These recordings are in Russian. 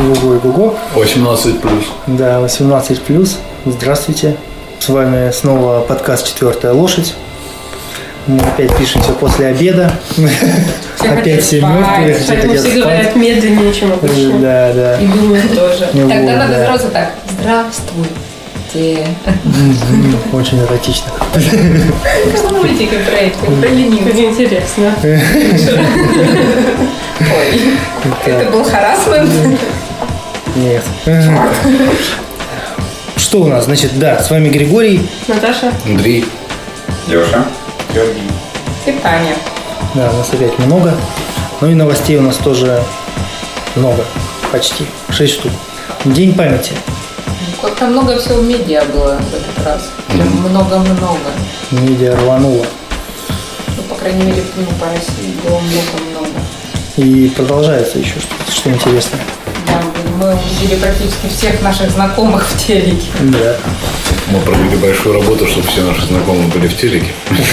Ого-го-го. 18+. Да, 18+. Здравствуйте. С вами снова подкаст «Четвертая лошадь». Мы опять пишемся после обеда. Опять все мертвые. Поэтому все говорят медленнее, чем обычно. Да. И думают тоже. Тогда надо сразу так. Здравствуйте. Очень эротично. Как мультики про это, про ленивых. Как интересно. Ой, это был харассмент? Нет. Что у нас? Значит, да, с вами Григорий. Наташа. Андрей. Леша. И Таня. Да, нас опять много. Ну и новостей у нас тоже много. Почти. 6 штук. День памяти. Как-то много всего медиа было в этот раз. Прям много-много. Медиа рвануло. Ну, по крайней мере, по России было много-много. И продолжается еще что интересное. Да, мы увидели практически всех наших знакомых в телеке. Да. Мы провели большую работу, чтобы все наши знакомые были в телеке.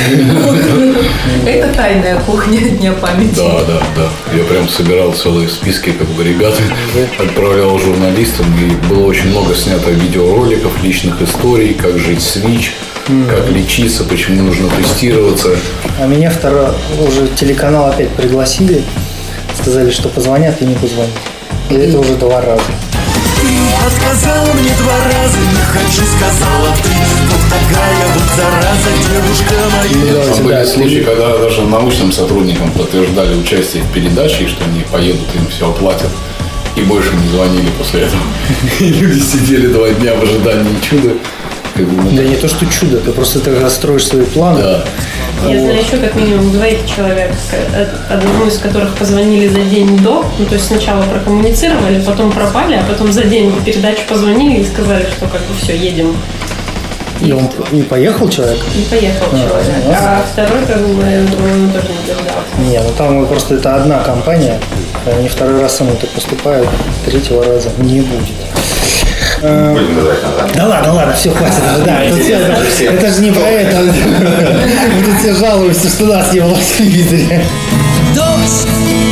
Это тайная кухня Дня памяти. Да. Я прям собирал целые списки как бы ребят, отправлял журналистам, и было очень много снято видеороликов, личных историй, как жить с ВИЧ, как лечиться, почему нужно тестироваться. А меня уже телеканал опять пригласили. Сказали, что позвонят и не позвонят. И это уже 2 раза. Ты отказала мне 2 раза, не хочу, сказала ты. Вот такая вот зараза, девушка моя. Там были случаи, когда даже научным сотрудникам подтверждали участие в передаче, что они поедут, им все оплатят. И больше не звонили после этого. И люди сидели 2 дня в ожидании чуда. Да не то, что чудо, ты просто тогда строишь свои планы. Да. Я знаю еще как минимум 2 человек, одному из которых позвонили за день до. Ну, то есть сначала прокоммуницировали, потом пропали, а потом за день до передачи позвонили и сказали, что как бы все, едем. И он и поехал человек? И поехал человек. А второй, как бы, он тоже не дождался. Не, ну там просто это одна компания. Они 2-й раз со мной так поступают, 3-го раза не будет. Будем называть назад. Да ладно, все, хватит. Да, это же не про это. Мы тут все жалуемся, что нас не было в телевизоре. Дождь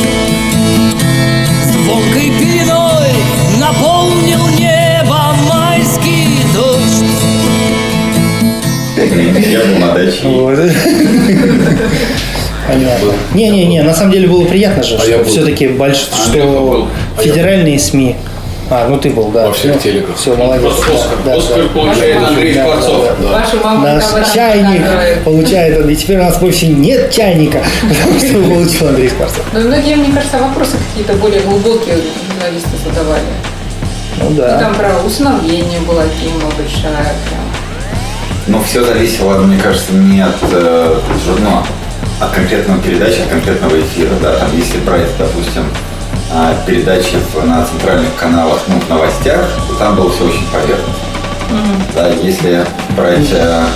звонкой пеленой наполнил небо майский дождь. Я был на даче. Вот. Понятно. Не, на самом деле было приятно же, что все-таки что федеральные СМИ. Ну ты был, да. Во всех телеках. Все, молодец. Оскар получает Андрей Скворцов. Ваша мама Наш чайник получает он. И теперь у нас больше нет чайника, потому что его получил Андрей Скворцов. Но многие, мне кажется, вопросы какие-то более глубокие журналисты задавали. Ну И да. там про усыновление была тема большая. Но все зависело, мне кажется, не от журнала, от конкретного передачи, от конкретного эфира. Да? Там, если брать, допустим, передачи на центральных каналах, в новостях, то там было все очень поверхностно. Да, если брать...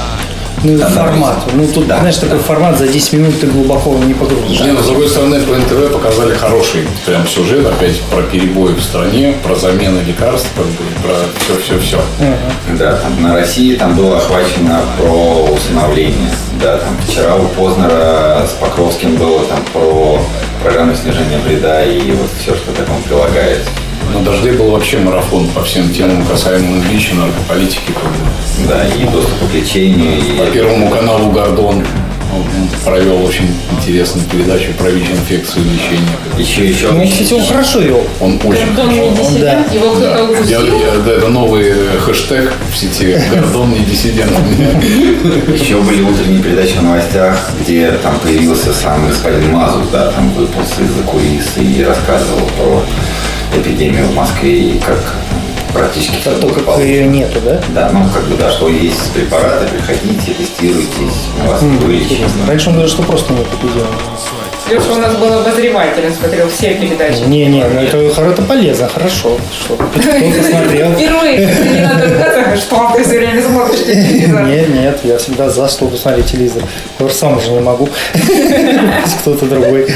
Формат. Тут, знаешь, такой формат, за 10 минут ты глубоко не погрузишь. С другой стороны, по НТВ показали хороший прям сюжет, опять про перебои в стране, про замену лекарств, про все. Да, там на России там было охвачено про усыновление. Да, там вчера у Познера с Покровским было там про программу снижения вреда и вот все, что к этому прилагается. На «Дожде» был вообще марафон по всем темам, касаемым ВИЧ, наркополитики. Да, и доступ к лечению. По Первому каналу Гордон провел очень интересную передачу про ВИЧ-инфекцию и лечение. Еще. Ну, кстати, он хорошо вел. Он очень хорошо. Да. Его кто-то укусил? Это новый хэштег в сети «Гордон не диссидент». Еще были утренние передачи в новостях, где там появился сам господин Мазур, да, там выполз из-за кулис и рассказывал про эпидемию в Москве и как практически Про то, как ее нету, да? Да, да, что есть препараты, приходите, тестируйтесь, мы вас вылечим. Раньше он говорил, что просто нет эпидемии. Леша у нас был обозреватель, он смотрел все передачи. Не, это полезно, хорошо. Кто посмотрел? Впервые не надо что ты все время смотришь телевизор. Нет, я всегда за, чтобы смотреть телевизор. Я сам уже не могу. Кто-то другой.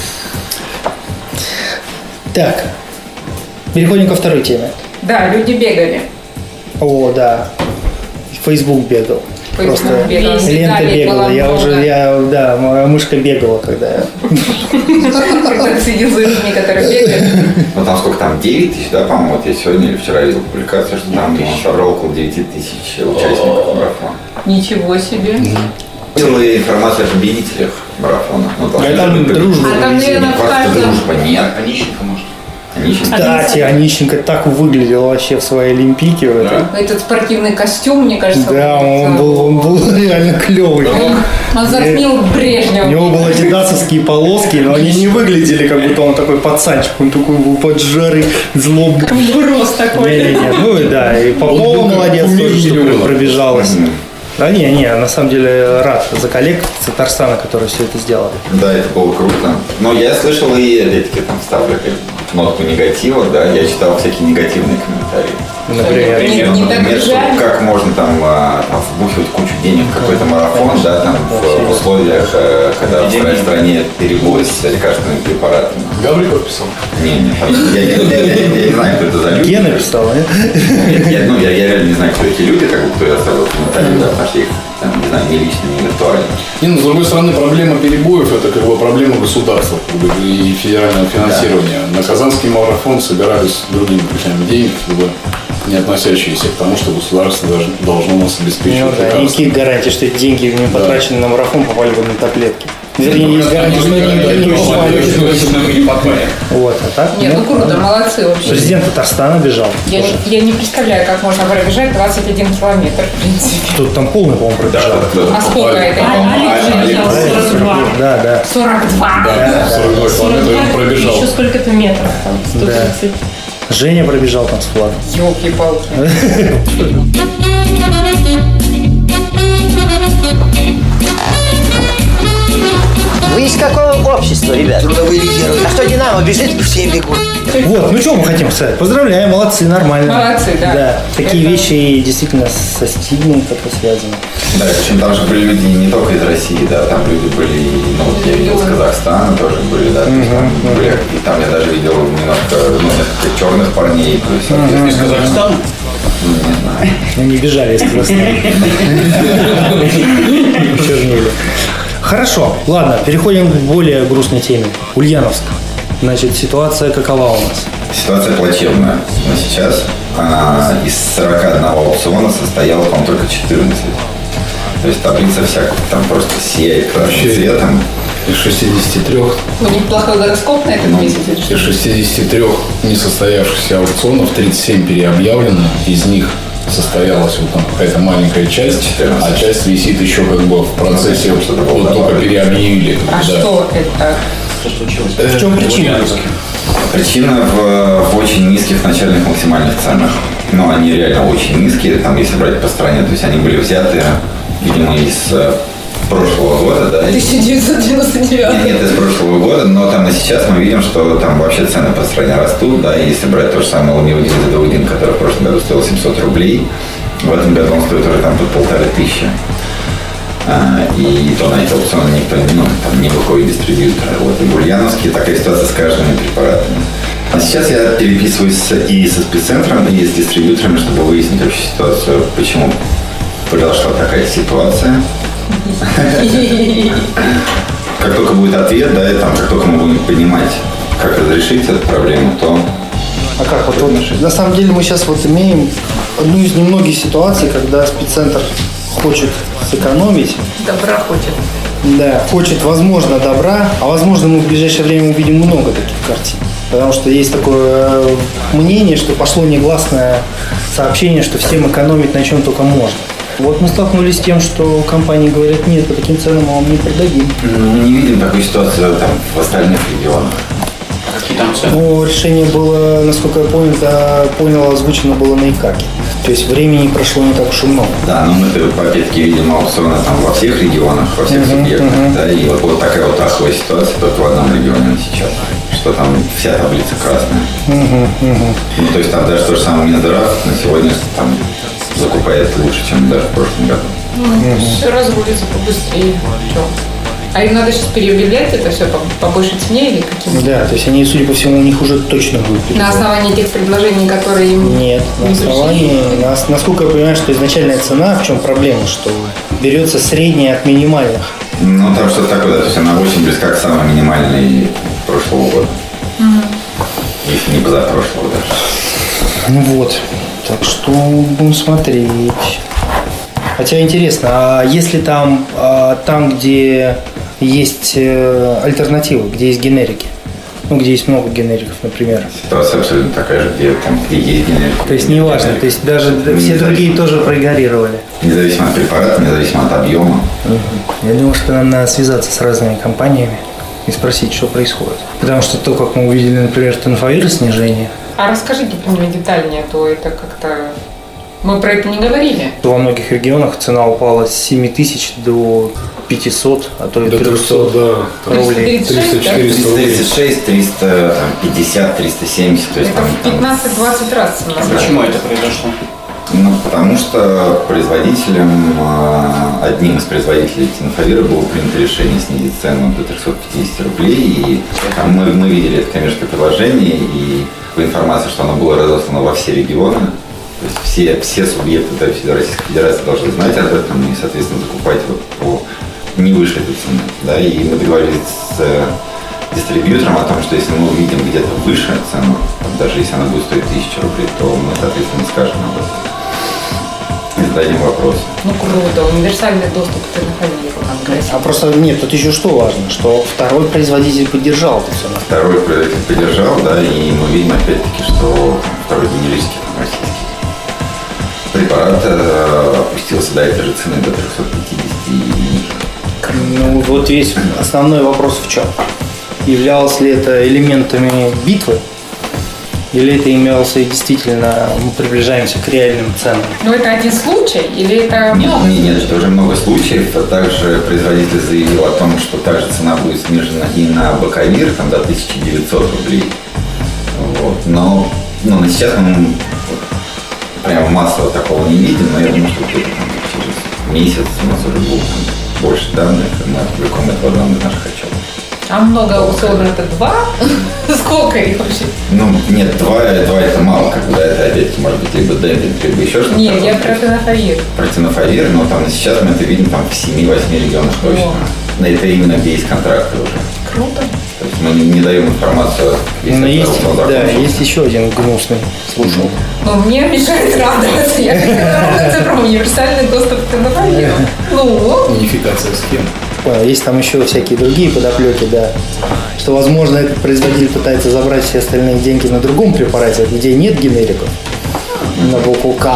Так, переходим ко второй теме. Да, люди бегали. О, да. Facebook бегал. Просто Бегала. лента бегала. Моя мышка бегала, когда я... Когда следил за людьми, которые бегают. Ну там сколько там, 9 тысяч, да, по-моему, вот я сегодня или вчера видел публикацию, что там он собрал около 9 тысяч участников марафона. Ничего себе. Видела информацию о победителях марафона. Ну, там дружба. А там, наверное, в каждом... Дружба нет. Онищенко, может? Онищенко. Кстати, Онищенко так выглядел вообще в своей олимпийке. В этой. Этот спортивный костюм, мне кажется, Да, он был реально клевый. он затмил У Брежнева. него были адидасовские полоски, но они не выглядели, как будто он такой пацанчик, он такой был поджарый, злобный. Брос такой. Не-не-не, ну и да, и Попова молодец, тоже, что пробежалась. Да не, на самом деле рад за коллег с Татарстана, которые все это сделали. Да, это было круто. Но я слышал и, опять-таки, там ставлю нотку негатива, да, я читал всякие негативные комментарии. Например, Не так Например, что жаль. как можно там вбухивать кучу денег в какой-то марафон, да, там в условиях, когда в своей стране перебой с лекарственными препаратами. Гавриков писал. Не, я не знаю, кто это за люди. Гена писал, нет? Нет, я реально не знаю, кто эти люди, как бы, кто я оставил комментарии, да, потому что их, там, не знаю, не лично, не виртуально. Не, ну, с другой стороны, проблема перебоев – это как бы проблема государства и федерального финансирования. На Казанский марафон собирались другими путями денег, как бы не относящиеся к тому, что государство должно нас обеспечивать. Ну да, никаких гарантий, что эти деньги, не потраченные на марафон, попали бы на таблетки. Вернее, есть гарантия, что они не попали. Вот, а так? Нет, ну круто, молодцы вообще. Президент Татарстана бежал. Я не представляю, как можно пробежать 21 километр, в принципе. Тут там полный, по-моему, пробежал. А сколько это? Алекс же бежал 42. Да. 42. Да, 42 километра он пробежал. Еще сколько-то метров там, 130. Женя пробежал там с флагом. Ёлки-палки. Вы из какого общества, ребят? Трудовые лидеры. А что Динамо бежит, все бегут. Вот, ну что мы хотим сказать? Поздравляем, молодцы, нормально. Молодцы, да. Да, такие вещи действительно со стилем как-то связаны. Да, причем там же были люди не только из России, да, там люди были, ну вот я видел из Казахстана тоже были, да, то есть там были, и там я даже видел немножко, ну, несколько черных парней, то есть, соответственно, Из Казахстана? ну, не знаю. Они бежали из Казахстана. Чернили. Хорошо, ладно, переходим к более грустной теме. Ульяновск. Значит, ситуация какова у нас? Ситуация плачевная на сейчас. Из 41 аукциона состояло, по-моему, только 14. То есть таблица вся там просто сияет красным цветом. Из 63 У них плохой гороскоп на этот месяц или что? из 63 несостоявшихся аукционов 37 переобъявлено, из них состоялась вот там какая-то маленькая часть, 14. а часть висит еще как бы в процессе, что-то вот было только добавлено. переобъявили. А да. что это? В чем причина? Причина в очень низких начальных максимальных ценах. Ну, они реально очень низкие, там, если брать по стране, то есть они были взяты, видимо, из прошлого года, да. 1999. Нет, из прошлого года, но там на сейчас мы видим, что там вообще цены по стране растут, да, и если брать то же самое Ламиудин за Даудин, который в прошлом году стоил 700 рублей, в этом году он стоит уже там тут 1500. И то на эти аукционы никто там не выходит дистрибьютора. Вот и в Ульяновске такая ситуация с каждыми препаратами. А сейчас я переписываюсь и со спеццентром, и с дистрибьюторами, чтобы выяснить вообще ситуацию, почему произошла такая ситуация. Как только будет ответ, да, и там, как только мы будем понимать, как разрешить эту проблему, то... А как вот на самом деле мы сейчас вот имеем одну из немногих ситуаций, когда спеццентр хочет сэкономить. Добра хочет. Да, хочет, возможно, добра, а возможно, мы в ближайшее время увидим много таких картин. Потому что есть такое мнение, что пошло негласное сообщение, что всем экономить на чем только можно. Вот мы столкнулись с тем, что компании говорят, нет, по таким ценам мы вам не продадим. Мы не видим такую ситуацию там в остальных регионах. Какие там цены? Но решение было, насколько я понял, озвучено было на ИКАКе. То есть времени прошло не так уж и много. Да, но мы опять-таки видим аукционы там во всех регионах, во всех субъектах, да, и вот такая вот аховая ситуация только в одном регионе сейчас, что там вся таблица красная. Ну, то есть там даже то же самое Минздрав на сегодня там закупает лучше, чем даже в прошлом году. Все разрулится побыстрее. Чё? А им надо сейчас переобъявлять это все по большей цене или каким-то? Да, то есть они, судя по всему, у них уже точно будут. На основании тех предложений, которые им Нет, на не основании, насколько я понимаю, что изначальная цена, в чем проблема, что берется средняя от минимальных. Ну, там что-то такое, да, то есть она очень близка к самой минимальной прошлого года. Если не позапрошлого даже. Ну вот, так что будем смотреть. Хотя интересно, а если там, где есть альтернативы, где есть генерики? Ну, где есть много генериков, например. Ситуация абсолютно такая же, где есть генерики. То есть неважно, то есть даже все другие тоже проигнорировали. Независимо от препарата, независимо от объема. Я думаю, что нам надо связаться с разными компаниями и спросить, что происходит. Потому что то, как мы увидели, например, тенфовир снижение. А расскажите про него детальнее, а то это как-то... Мы про это не говорили. Во многих регионах цена упала с 7 тысяч до 500, а то и До 300 рублей. 336, 350, 370. То есть Это в 15-20 раз цена. Почему это произошло? Ну, потому что одним из производителей тенфовира было принято решение снизить цену до 350 рублей. И мы видели это коммерческое предложение, и по информации, что оно было разослано во все регионы. То есть все субъекты Российской Федерации должны знать об этом и, соответственно, закупать по не выше этой цены. Да? И мы договорились с дистрибьютором о том, что если мы увидим где-то выше цену, даже если она будет стоить 1000 рублей, то мы, соответственно, скажем об этом. И зададим вопрос. Ну круто, универсальный доступ к тенфовиру. А просто нет, тут еще что важно, что второй производитель поддержал это все. Второй производитель поддержал, да, и мы видим опять-таки, что второй генерический, российский препарат опустился до этой же цены, до 350 и ниже. Ну вот весь основной вопрос в чем? Являлось ли это элементами битвы? Или это имелось и действительно мы приближаемся к реальным ценам? Ну это один случай или это много? Нет, это уже много случаев. А также производитель заявил о том, что также цена будет снижена и на боковир, там до 1900 рублей. Вот. Но на сейчас мы прямо массово такого не видим, но я думаю, что где-то через месяц у нас уже будет больше данных, и мы опубликуем это в одном из наших отчетов. А много условно это 2? Сколько их вообще? Ну, нет, 2 это мало, как бы, да, это опять-таки может быть либо демпинг, либо еще что-то. Нет, я про тенфовир. Про тенфовир, но там сейчас мы это видим там в 7-8 регионах точно. Но это именно где есть контракты уже. Круто. То есть мы не даем информацию. Но есть еще один гнусный, слушал. Но мне мешает радоваться. Я хочу радоваться про универсальный доступ к тенфовиру. Ну, Унификация схем. Есть там еще всякие другие подоплеки, да. Что, возможно, этот производитель пытается забрать все остальные деньги на другом препарате, где нет генериков. На букву К.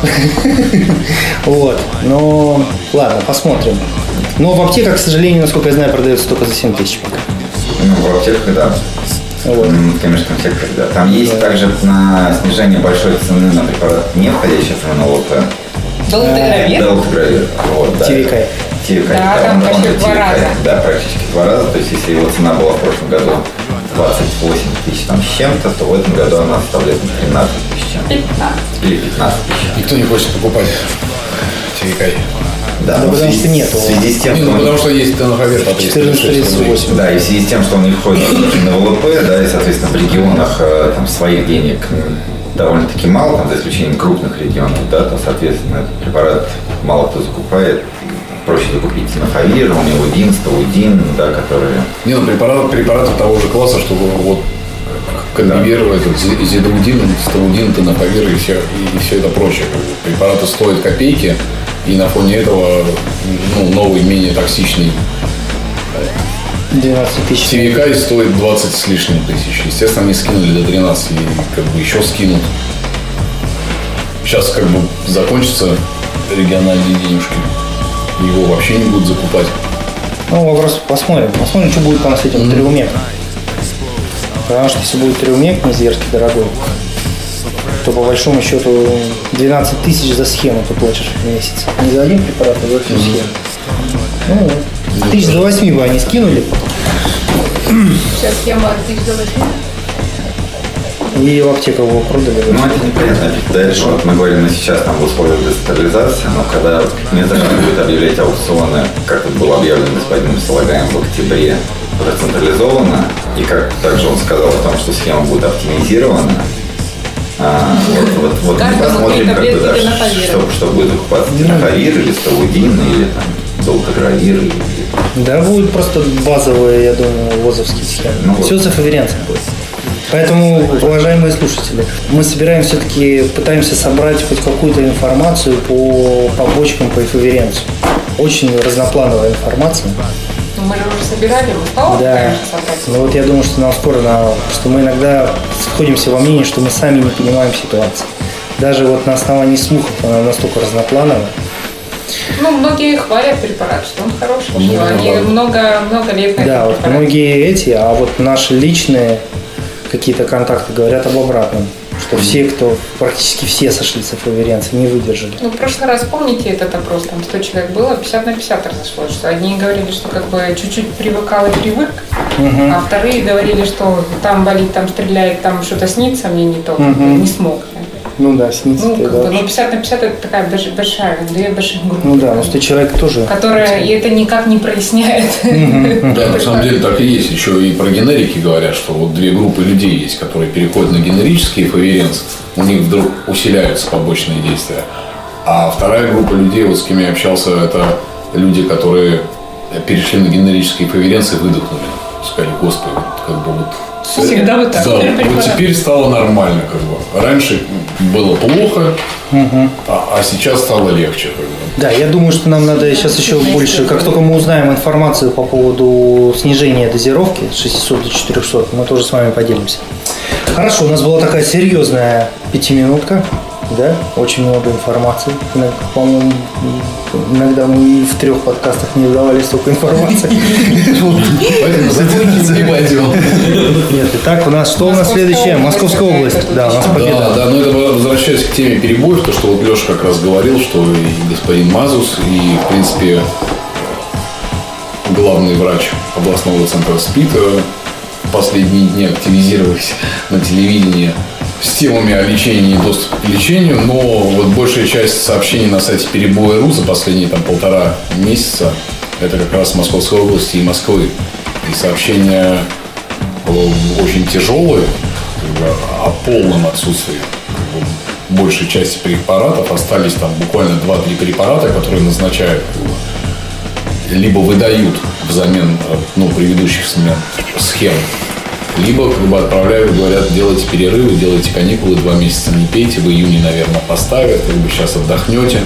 Вот. Но, ладно, посмотрим. Но в аптеках, к сожалению, насколько я знаю, продается только за 7 тысяч пока. Ну, в аптеках, да. Вот. В коммерческом секторе, да. Там есть также на снижение большой цены на препарат, не входящий в НЛП. Долутагравир. Вот, да. TVK. Да, там почти в 2 раза. Да, практически в 2 раза. То есть, если его цена была в прошлом году 28 тысяч там с чем-то, то в этом году она составляет 13 тысяч чем-то. 15. Или 15 тысяч. Никто не хочет покупать TVK. Да, Да, потому что нет. В связи с тем, что потому что есть тенфовир по 14,38. да, и в связи с тем, что он не входит на ВЛП, да, и, соответственно, в регионах там своих денег довольно-таки мало, там, за исключением крупных регионов, да, то, соответственно, этот препарат мало кто закупает. Проще закупить тенфовир, у него ДИН, стаудин, да, которые... Не, ну препараты того же класса, чтобы вот комбинировать зидаудин, стаудин, тенфовир и все это прочее. Препараты стоят копейки, и на фоне этого новый, менее токсичный 12 тысяч. TVK стоит 20 с лишним тысяч. Естественно, они скинули до 13 и как бы еще скинут. Сейчас как бы закончатся региональные денежки. Его вообще не будут закупать. Ну, вопрос посмотрим. Посмотрим, что будет там с этим триумеком. Потому что если будет триумек не зверски дорогой, то по большому счету 12 тысяч за схему ты платишь в месяц. Не за один препарат, а за всю схему. Ну, тысяч до 8 бы они скинули. Сейчас схема от 1000 до 8. И в аптеку его продали. Ну, это непонятно. Дальше вот мы говорим сейчас там в условиях децентрализации, но когда Минздрав будет объявлять аукционы, как это было объявлено господином Солагаем в октябре, это централизовано, и как также он сказал о том, что схема будет оптимизирована, вот мы посмотрим, как бы, да, что будет покупаться, тинохавир или столудин, или там долгогравир. Да, будет просто базовые, я думаю, ВОЗовские схемы. Все за фаверенцией будет. Поэтому, уважаемые слушатели, мы собираем все-таки, пытаемся собрать хоть какую-то информацию по побочкам, по эфаверенцию. Очень разноплановая информация. Ну, мы же уже собирали, мы снова пытаемся собрать. Ну вот я думаю, что нам скоро надо, что мы иногда сходимся во мнении, что мы сами не понимаем ситуацию. Даже вот на основании слухов она настолько разноплановая. Ну, многие хвалят препарат, что он хороший, что они много лет на да, вот препарат. многие эти, а вот наши личные какие-то контакты говорят об обратном. Что все, практически все сошли с эфаверенции, не выдержали. Ну, в прошлый раз, помните этот опрос, там 100 человек было, 50 на 50 разошлось, что одни говорили, что как бы чуть-чуть привыкал и привык, а вторые говорили, что там болит, там стреляет, там что-то снится, мне не то, не смог. Ну да, снится. Ну, как бы, но 50 на 50 это такая большая, две большие группы. Ну да, но 100 человек тоже. Которая и это никак не проясняет. Да, на самом деле так и есть. Еще и про генерики говорят, что вот две группы людей есть, которые переходят на генерические эфаверенции, у них вдруг усиляются побочные действия. А вторая группа людей, вот с кем я общался, это люди, которые перешли на генерические эфаверенции и выдохнули. Сказали, господи, как бы вот... Всегда вот так. Да, вот теперь стало нормально, как бы. Раньше было плохо, а сейчас стало легче. Как бы. Да, я думаю, что нам надо сейчас еще больше, как только мы узнаем информацию по поводу снижения дозировки с 600 до 400, мы тоже с вами поделимся. Хорошо, у нас была такая серьезная 5-минутка, да, очень много информации. По-моему, иногда мы и в 3 подкастах не давали столько информации. Поэтому закончим не пойдем. Нет, итак, у нас что у нас следующее? Московская область. Да, у нас победа. Да, но это возвращаясь к теме перебоев, то, что вот Леша как раз говорил, что и господин Мазус, и, в принципе, главный врач областного центра СПИД в последние дни активизировались на телевидении с темами о лечении и доступе к лечению, но вот большая часть сообщений на сайте Перебоя.ру за последние 1,5 месяца это как раз Московской области и Москвы. И сообщения очень тяжелые, о полном отсутствии большей части препаратов. Остались там буквально 2-3 препарата, которые назначают, либо выдают взамен предыдущих схем, либо как бы отправляют, говорят, делайте перерывы, делайте каникулы, 2 месяца не пейте, в июне, наверное, поставят, как бы сейчас отдохнете.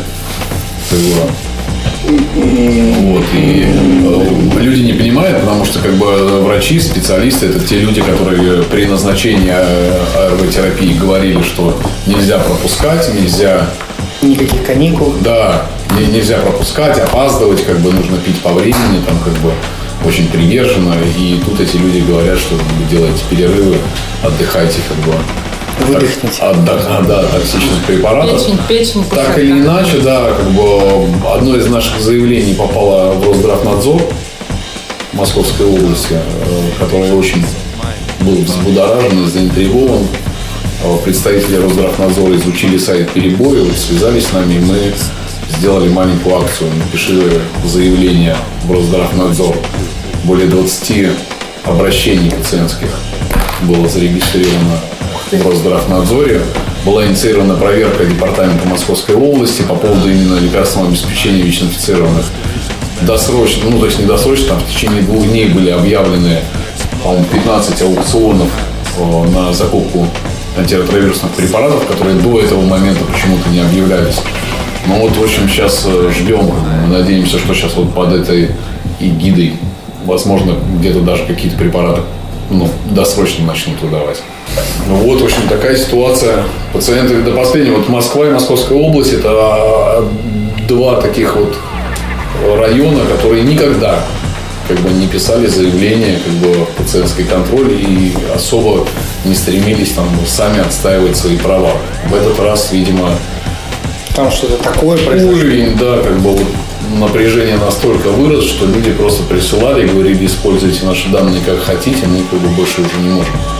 Вот, и люди не понимают, потому что как бы врачи, специалисты, это те люди, которые при назначении АРВ-терапии говорили, что нельзя пропускать, нельзя... Никаких каникул. Да, нельзя пропускать, опаздывать, как бы нужно пить по времени, там как бы очень приверженно. И тут эти люди говорят, что вы делаете перерывы, отдыхайте, как бы. Выдохните. От токсичных препаратов. Печень. Так или иначе, да, как бы одно из наших заявлений попало в Росздравнадзор Московской области, который очень был взбудоражен и заинтригован. Представители Росздравнадзора изучили сайт Перебоя, связались с нами, и мы сделали маленькую акцию. Напиши заявление в Росздравнадзор. Более 20 обращений пациентских было зарегистрировано в Росздравнадзоре. Была инициирована проверка департамента Московской области по поводу именно лекарственного обеспечения ВИЧ-инфицированных. Досрочно, то есть не досрочно, там в течение 2 дней были объявлены, по-моему, 15 аукционов на закупку антиретровирусных препаратов, которые до этого момента почему-то не объявлялись. Ну вот, в общем, сейчас ждем, мы надеемся, что сейчас вот под этой эгидой, возможно, где-то даже какие-то препараты досрочно начнут выдавать. Ну вот, в общем, такая ситуация. Пациенты до последнего. Вот Москва и Московская область – это 2 таких вот района, которые никогда как бы не писали заявления как бы в пациентский контроль и особо не стремились там сами отстаивать свои права. В этот раз, видимо, там что-то такое произошло. Уровень, да, как бы вот напряжение настолько вырос, что люди просто присылали и говорили, используйте наши данные как хотите, мы как бы больше уже не можем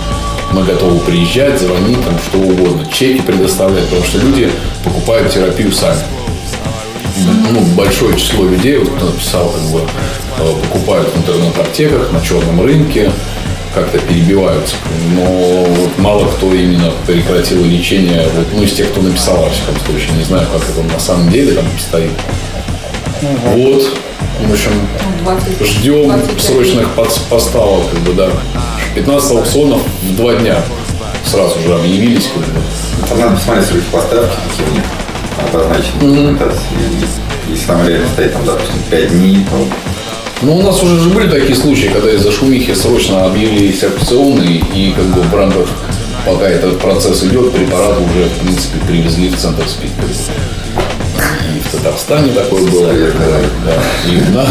мы готовы приезжать, звонить, там, что угодно, чеки предоставлять, потому что люди покупают терапию сами. Ну, большое число людей, вот кто написал, как бы, покупают в интернет-аптеках, на черном рынке, как-то перебиваются. Но вот мало кто именно прекратил лечение, вот, ну, из тех, кто написал, во всяком случае. Не знаю, как это на самом деле там стоит. Вот. В общем, 20, ждем 25. срочных поставок, как бы, да. 15 аукционов в 2 дня сразу же объявились, как бы. Там надо посмотреть сроки поставки, какие у них обозначены. Если там реально стоит, там, допустим, 5 дней, то... Ну, у нас уже же были такие случаи, когда из-за шумихи срочно объявились аукционы, и как бы в рамках, пока этот процесс идет, препараты уже, в принципе, привезли в центр СПИД. И в Татарстане такое было. Да.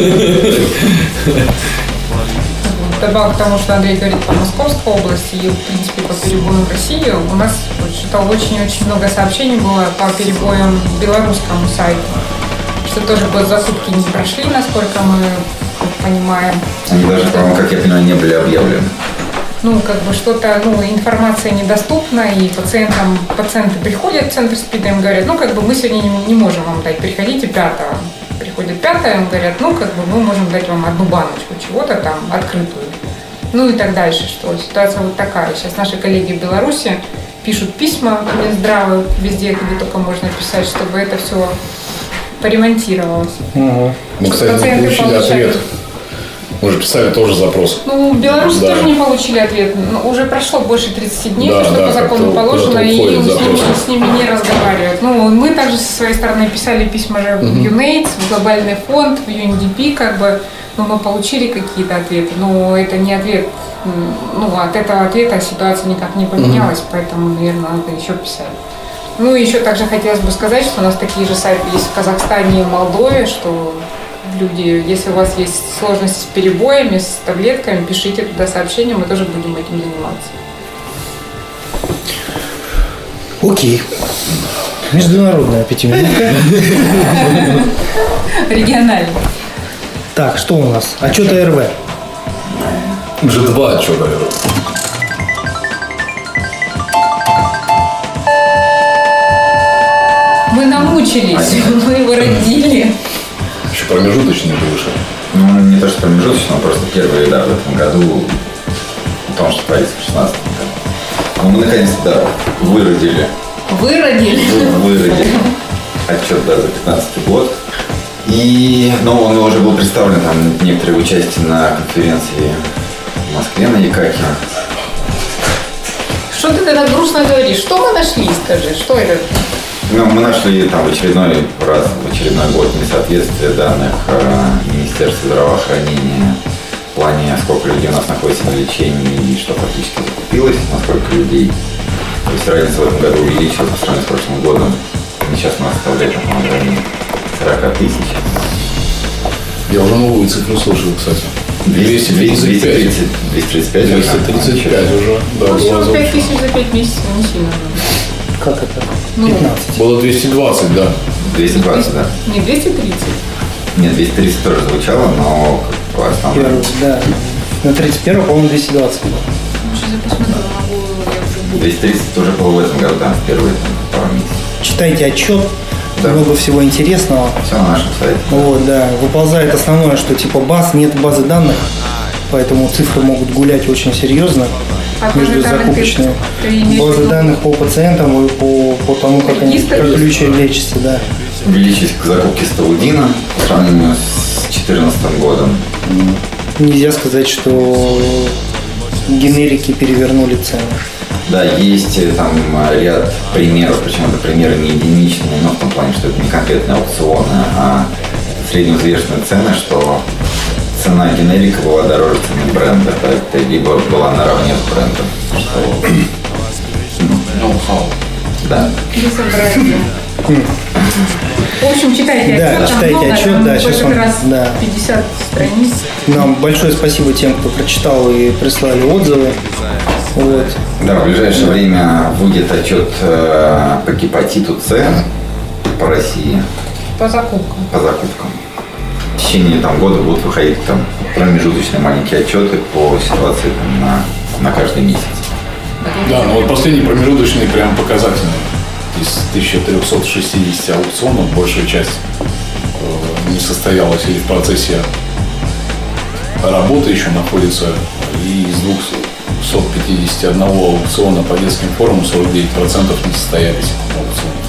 Добавок к тому, что Андрей говорит по Московской области и, в принципе, по перебоям в России, у нас что-то очень-очень много сообщений было по перебоям белорусскому сайту, что тоже госзакупки не прошли, насколько мы понимаем. Они даже, по-моему, как я понимаю, не были объявлены. Ну, как бы что-то, ну, информация недоступна, и пациенты приходят в центр СПИДа, им говорят, ну, как бы мы сегодня не можем вам дать, приходите 5-го. Приходит 5-е, им говорят, ну, как бы мы можем дать вам одну баночку чего-то там, открытую. Ну и так дальше, что ситуация вот такая. Сейчас наши коллеги в Беларуси пишут письма в Минздрав, везде, где только можно писать, чтобы это все поремонтировалось. Мы, кстати, не получили ответ. Мы же писали тоже запрос. Ну, белорусы тоже не получили ответ. Но уже прошло больше 30 дней, да, что да, по закону положено, и с ними не разговаривают. Ну, мы также со своей стороны писали письма же в UNAIDS, в Глобальный фонд, в UNDP, как бы, ну, мы получили какие-то ответы, но это не ответ. Ну, от этого ответа ситуация никак не поменялась, поэтому, наверное, надо еще писать. Ну, и еще также хотелось бы сказать, что у нас такие же сайты есть в Казахстане и в Молдове, что люди, если у вас есть сложности с перебоями, с таблетками, пишите туда сообщения, мы тоже будем этим заниматься. Окей. Международная пятиминутка. Региональная. Так, что у нас? Отчет РВ. Уже 2 отчета. Мы намучились, мы его родили. Еще промежуточный вышел. Ну, не то, что промежуточный, но просто первый, да, в этом году, о том, что творится в 16 году. Но мы, наконец-то, да, выродили отчет, да, за 15 год. И, ну, он уже был представлен, там, некоторые участия на конференции в Москве, на ЕКАКе. Что ты тогда грустно говоришь? Что мы нашли, скажи? Что это? Ну, мы нашли там в очередной год несоответствие данных Министерства здравоохранения в плане, сколько людей у нас находится на лечении и что фактически закупилось, насколько людей. То есть разница в этом году увеличилась по сравнению с прошлым годом. И сейчас у нас составляет, по-моему, в районе 40 тысяч. Я уже новую цифру слышал, кстати. 235 уже. Да, ну, 45 тысяч за 5 месяцев, не сильно. Как это? Ну, 15. Было 220, да. 220, да. Не 230. Нет, 230 тоже звучало, но как основное. Первый, да. На 31-го, по-моему, 220 было. Сейчас я посмотрю, могу... 230 тоже было в этом году, да, в первые пару месяцев. Читайте отчет, Да. много всего интересного. Все на нашем сайте. Вот, да. Выползает основное, что типа нет базы данных, поэтому цифры могут гулять очень серьезно между базы данных закупочными. ты имеешь в Базы виду? данных по пациентам и по тому, как они Регистр как есть? ключи лечатся, да. Увеличились закупки стаудина по сравнению с 2014 годом. Нельзя сказать, что генерики перевернули цены. Да, есть там ряд примеров, причем это примеры не единичные, но в том плане, что это не конкретные аукционы, а средневзвешенные цены, что цена генерика была дороже цены бренда, да, это либо была наравне с брендом. Ноу-хау. Да. В общем, читайте Да, отчет. читайте много, отчет, там да, в сейчас этот он, раз да. 50 страниц. Нам большое спасибо тем, кто прочитал и прислали отзывы. Вот. Да, в ближайшее время выйдет отчет по гепатиту С по России, По закупкам. по закупкам. В течение года будут выходить промежуточные маленькие отчеты по ситуации на каждый месяц. Да, но вот последний промежуточный прям показательный. Из 1360 аукционов большая часть не состоялась или в процессе работы еще находится. И из 251 аукциона по детским форумам 49% не состоялись аукционов.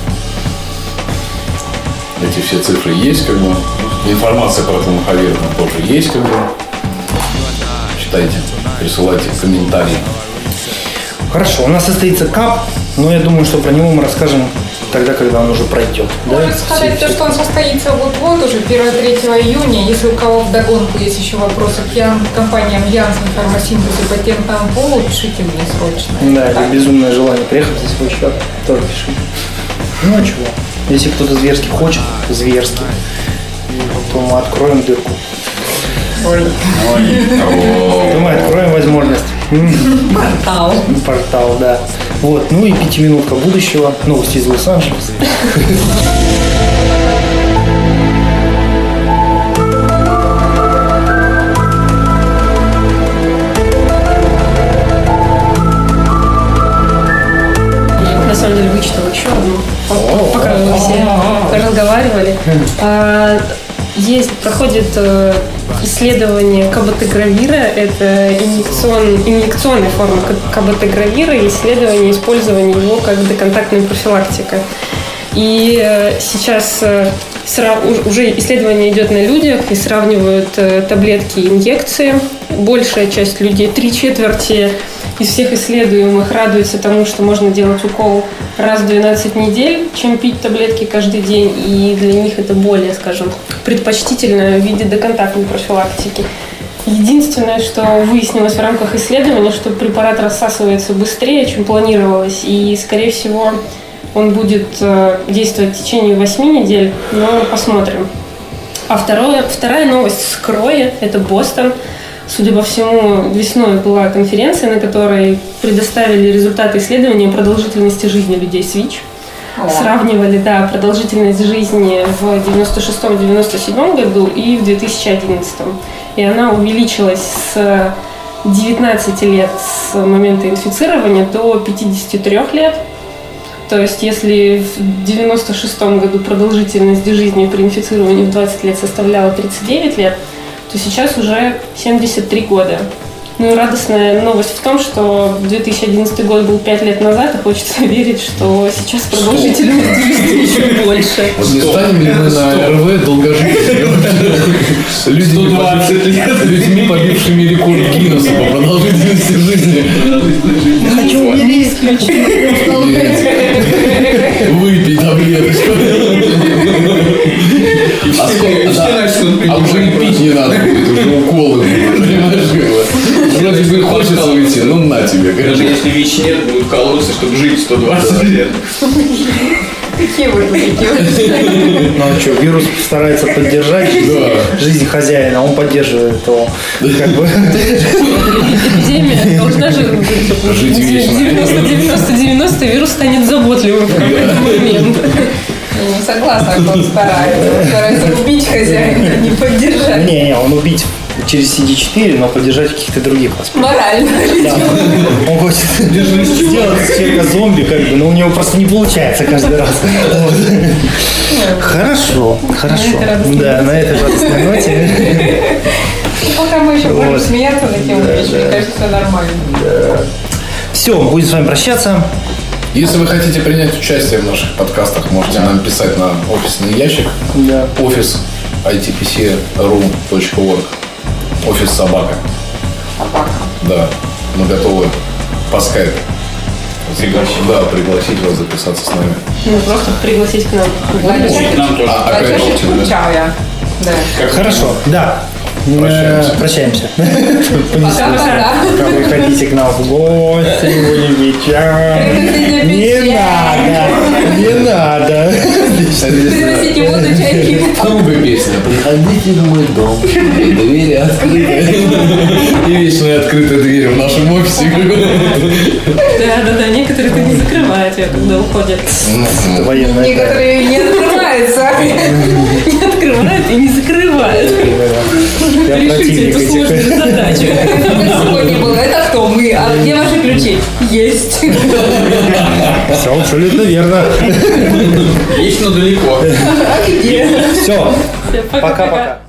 Эти все цифры есть, как бы. Информация про Мухавердина тоже есть, как бы. Читайте, присылайте комментарии. Хорошо, у нас состоится КАП, но я думаю, что про него мы расскажем тогда, когда он уже пройдет. Можно сказать, то, что он состоится вот-вот уже 1-3 июня. Если у кого вдогонку есть еще вопросы к компаниям Janssen, Фармасинтез и Патентному полу, пишите мне срочно. Да, это безумное желание приехать за свой счет, тоже пишите. Ну а чего? Если кто-то зверски хочет, зверски, то мы откроем дырку. То мы откроем возможность. Портал, да. Вот, ну и 5-минутка будущего. Новости из Лос-Анджелеса. На самом деле вычитала еще одну, пока вы все разговаривали. Проходит исследование каботегравира, это инъекционная форма каботегравира, и исследование использования его как доконтактная профилактика. И сейчас уже исследование идет на людях и сравнивают таблетки и инъекции. Большая часть людей, 3/4 из всех исследуемых радуются тому, что можно делать укол раз в 12 недель, чем пить таблетки каждый день. И для них это более, скажем, предпочтительно в виде доконтактной профилактики. Единственное, что выяснилось в рамках исследования, что препарат рассасывается быстрее, чем планировалось. И, скорее всего, он будет действовать в течение 8 недель, но посмотрим. А вторая новость с Кроя, это Бостон. Судя по всему, весной была конференция, на которой предоставили результаты исследования продолжительности жизни людей с ВИЧ. Сравнивали, продолжительность жизни в 96-97 году и в 2011. И она увеличилась с 19 лет с момента инфицирования до 53 лет. То есть, если в 96 году продолжительность жизни при инфицировании в 20 лет составляла 39 лет, то сейчас уже 73 года. Ну и радостная новость в том, что 2011 год был 5 лет назад, и хочется верить, что сейчас продолжительность жизни еще больше. Вот не станем ли мы на РВ долгожителей? 120 лет. Людьми, побившими рекорд Гиннесса по продолжительности жизни. Я хочу умереть. Выпей таблеточку. А уже и пить не надо будет, уже уколы, понимаешь? Вроде бы хочется уйти, ну на тебе. Даже если ВИЧ нет, будут колоться, чтобы жить 120 лет. Какие вы такие? Ну а что, вирус старается поддержать жизнь хозяина, он поддерживает его. Эпидемия должна же жить вечно. 90-90 вирус станет заботливым в какой-то момент. Я не согласна, что он старается убить хозяина, а не поддержать. Не, он убить через CD4, но поддержать в каких-то других аспектах. Морально. Да. Он хочет сделать человека зомби, но у него просто не получается каждый раз. Вот. Хорошо. Да, на этой радостной ноте. Пока мы еще будем смеяться на тему ВИЧ, мне кажется, все нормально. Все, будем с вами прощаться. Если вы хотите принять участие в наших подкастах, можете нам писать на офисный ящик. Да. Офис itpc.ru.org. Офис собака. Да, мы готовы по скайпу. Пригласить вас записаться с нами. Ну, просто пригласить к нам. Хорошо, да. Прощаемся. Пока-пока. Пока вы хотите к нам в гости, не надо. Приносите воду, чайки. Новая песня. Приходите в мой дом. Двери открыты. И вечная открытая дверь в нашем офисе. Да, некоторые-то не закрывают ее, когда уходят. Некоторые не открываются. Не открывают и не закрывают. Решите эту сложную задачу. Это сегодня было. Это кто? Мы. А где ваши ключи? Ответьте, есть. Все, абсолютно верно. Есть, но далеко. А где? Все. Пока-пока.